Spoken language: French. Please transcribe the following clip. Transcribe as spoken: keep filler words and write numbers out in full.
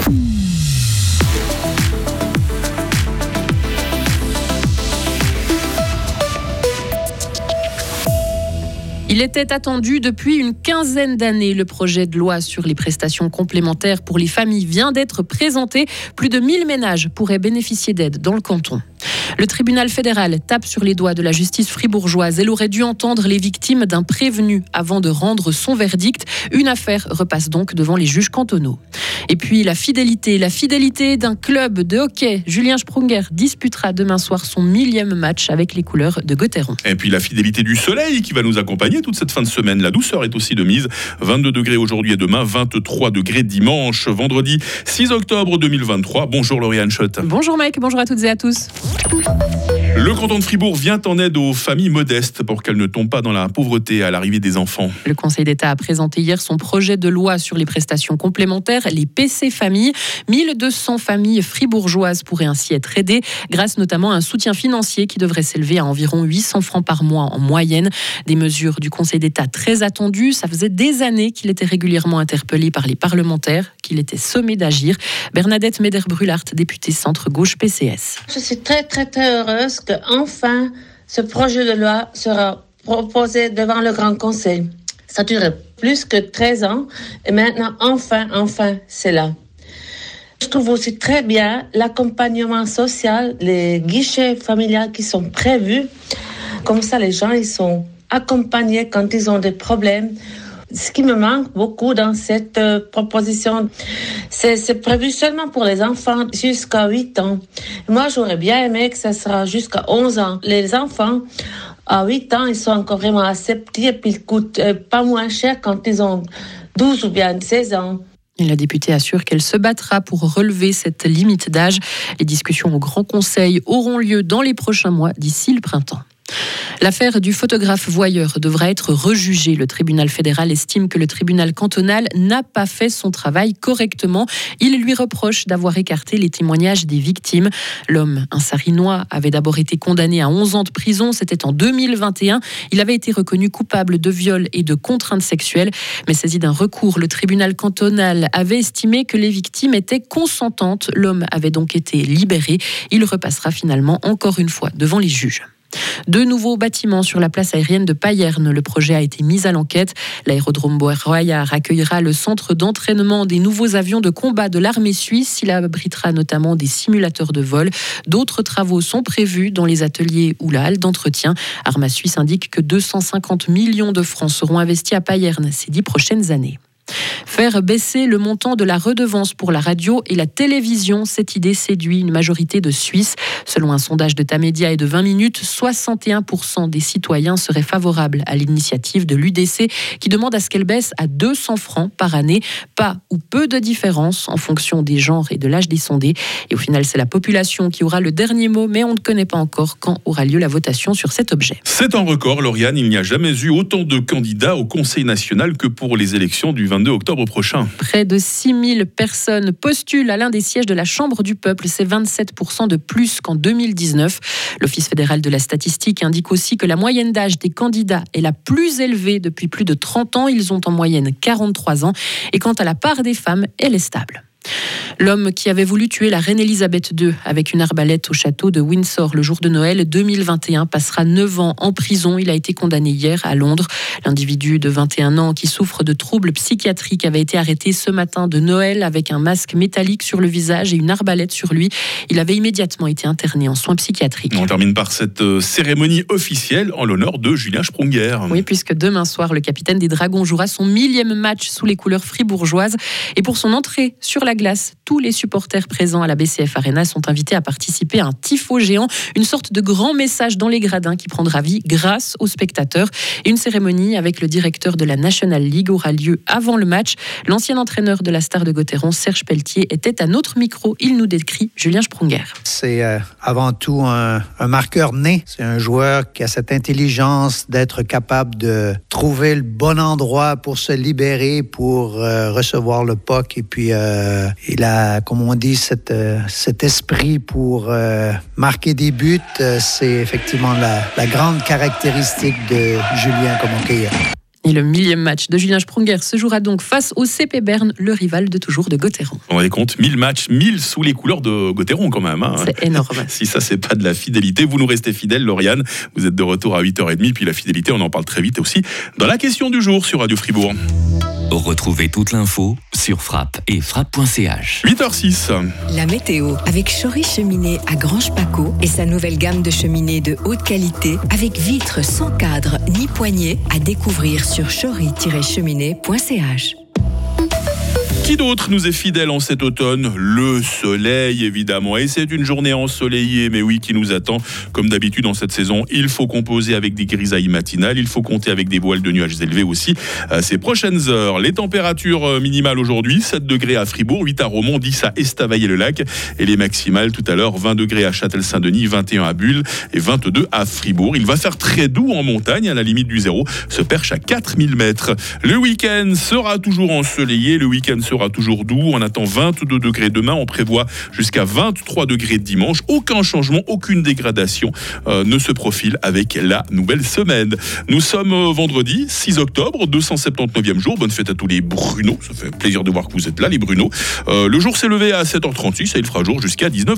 Il était attendu depuis une quinzaine d'années. Le projet de loi sur les prestations complémentaires pour les familles vient d'être présenté. Plus de mille ménages pourraient bénéficier d'aide dans le canton. Le tribunal fédéral tape sur les doigts de la justice fribourgeoise. Elle aurait dû entendre les victimes d'un prévenu avant de rendre son verdict. Une affaire repasse donc devant les juges cantonaux. Et puis la fidélité, la fidélité d'un club de hockey. Julien Sprunger disputera demain soir son millième match avec les couleurs de Gotteron. Et puis la fidélité du soleil qui va nous accompagner toute cette fin de semaine. La douceur est aussi de mise. vingt-deux degrés aujourd'hui et demain, vingt-trois degrés dimanche. Vendredi six octobre deux mille vingt-trois. Bonjour Lauriane Schott. Bonjour Mike, bonjour à toutes et à tous. Le canton de Fribourg vient en aide aux familles modestes pour qu'elles ne tombent pas dans la pauvreté à l'arrivée des enfants. Le Conseil d'État a présenté hier son projet de loi sur les prestations complémentaires, les P C familles. mille deux cents familles fribourgeoises pourraient ainsi être aidées, grâce notamment à un soutien financier qui devrait s'élever à environ huit cents francs par mois en moyenne. Des mesures du Conseil d'État très attendues. Ça faisait des années qu'il était régulièrement interpellé par les parlementaires, qu'il était sommé d'agir. Bernadette Meder-Brulart, députée centre-gauche P C S. Je suis très très très heureuse que enfin ce projet de loi sera proposé devant le Grand Conseil. Ça durait plus que treize ans et maintenant enfin enfin c'est là. Je trouve aussi très bien l'accompagnement social, les guichets familiaux qui sont prévus. Comme ça les gens ils sont accompagnés quand ils ont des problèmes. Ce qui me manque beaucoup dans cette euh, proposition, c'est, c'est prévu seulement pour les enfants jusqu'à huit ans. Moi, j'aurais bien aimé que ça sera jusqu'à onze ans. Les enfants, à huit ans, ils sont encore vraiment assez petits et puis ils coûtent euh, pas moins cher quand ils ont douze ou bien seize ans. Et la députée assure qu'elle se battra pour relever cette limite d'âge. Les discussions au Grand Conseil auront lieu dans les prochains mois, d'ici le printemps. L'affaire du photographe voyeur devra être rejugée. Le tribunal fédéral estime que le tribunal cantonal n'a pas fait son travail correctement. Il lui reproche d'avoir écarté les témoignages des victimes. L'homme, un Sarinois, avait d'abord été condamné à onze ans de prison. C'était en deux mille vingt et un. Il avait été reconnu coupable de viol et de contraintes sexuelles. Mais saisi d'un recours, le tribunal cantonal avait estimé que les victimes étaient consentantes. L'homme avait donc été libéré. Il repassera finalement encore une fois devant les juges. Deux nouveaux bâtiments sur la place aérienne de Payerne. Le projet a été mis à l'enquête. L'aérodrome Boer-Royard accueillera le centre d'entraînement des nouveaux avions de combat de l'armée suisse. Il abritera notamment des simulateurs de vol. D'autres travaux sont prévus dans les ateliers ou la halle d'entretien. Arma Suisse indique que deux cent cinquante millions de francs seront investis à Payerne ces dix prochaines années. Faire baisser le montant de la redevance pour la radio et la télévision, cette idée séduit une majorité de Suisses. Selon un sondage de Tamedia et de vingt minutes, soixante et un pour cent des citoyens seraient favorables à l'initiative de l'U D C qui demande à ce qu'elle baisse à deux cents francs par année. Pas ou peu de différence en fonction des genres et de l'âge des sondés. Et au final, c'est la population qui aura le dernier mot, mais on ne connaît pas encore quand aura lieu la votation sur cet objet. C'est un record, Lauriane. Il n'y a jamais eu autant de candidats au Conseil national que pour les élections du vingt-deux octobre prochain. Près de six mille personnes postulent à l'un des sièges de la Chambre du Peuple. C'est vingt-sept pour cent de plus qu'en deux mille dix-neuf. L'Office fédéral de la statistique indique aussi que la moyenne d'âge des candidats est la plus élevée depuis plus de trente ans. Ils ont en moyenne quarante-trois ans. Et quant à la part des femmes, elle est stable. L'homme qui avait voulu tuer la reine Elisabeth deux avec une arbalète au château de Windsor le jour de Noël deux mille vingt et un passera neuf ans en prison. Il a été condamné hier à Londres. L'individu de vingt et un ans qui souffre de troubles psychiatriques avait été arrêté ce matin de Noël avec un masque métallique sur le visage et une arbalète sur lui. Il avait immédiatement été interné en soins psychiatriques. On termine par cette cérémonie officielle en l'honneur de Julien Sprunger. Oui, puisque demain soir, le capitaine des Dragons jouera son millième match sous les couleurs fribourgeoises. Et pour son entrée sur la glace, tous les supporters présents à la B C F Arena sont invités à participer à un tifo géant, une sorte de grand message dans les gradins qui prendra vie grâce aux spectateurs. Et une cérémonie avec le directeur de la National League aura lieu avant le match. L'ancien entraîneur de la Star de Gotteron, Serge Pelletier, était à notre micro. Il nous décrit Julien Sprunger. C'est euh, avant tout un, un marqueur né. C'est un joueur qui a cette intelligence d'être capable de trouver le bon endroit pour se libérer, pour euh, recevoir le puck. Et puis, euh, il a, comme on dit, cette, euh, cet esprit pour euh, marquer des buts. Euh, c'est effectivement la, la grande caractéristique de Julien comme hockeyeur. Et le millième match de Julien Sprunger se jouera donc face au C P Berne, le rival de toujours de Gauthieron. On va compte, mille matchs, mille sous les couleurs de Gauthieron quand même. Hein. C'est énorme. Si ça, c'est pas de la fidélité, vous nous restez fidèles, Lauriane. Vous êtes de retour à huit heures trente, puis la fidélité, on en parle très vite aussi dans la question du jour sur Radio Fribourg. Retrouvez toute l'info sur frappe et frappe point c h. huit heures six. La météo avec Chory Cheminée à Grange-Paco et sa nouvelle gamme de cheminées de haute qualité avec vitres sans cadre ni poignée à découvrir sur chory tiret cheminée point c h. Qui d'autre nous est fidèle en cet automne ? Le soleil, évidemment. Et c'est une journée ensoleillée, mais oui, qui nous attend. Comme d'habitude en cette saison, il faut composer avec des grisailles matinales. Il faut compter avec des voiles de nuages élevés aussi euh, ces prochaines heures. Les températures minimales aujourd'hui, sept degrés à Fribourg, huit à Romont, dix à Estavayer-le-Lac. Et les maximales tout à l'heure, vingt degrés à Châtel-Saint-Denis, vingt et un à Bulle et vingt-deux à Fribourg. Il va faire très doux en montagne, à la limite du zéro, se perche à quatre mille mètres. Le week-end sera toujours ensoleillé. Le week-end sera toujours doux. On attend vingt-deux degrés demain. On prévoit jusqu'à vingt-trois degrés dimanche. Aucun changement, aucune dégradation euh, ne se profile avec la nouvelle semaine. Nous sommes euh, vendredi six octobre, deux cent soixante-dix-neuvième jour. Bonne fête à tous les Bruno. Ça fait plaisir de voir que vous êtes là, les Bruno. Euh, le jour s'est levé à sept heures trente-six et il fera jour jusqu'à dix-neuf heures.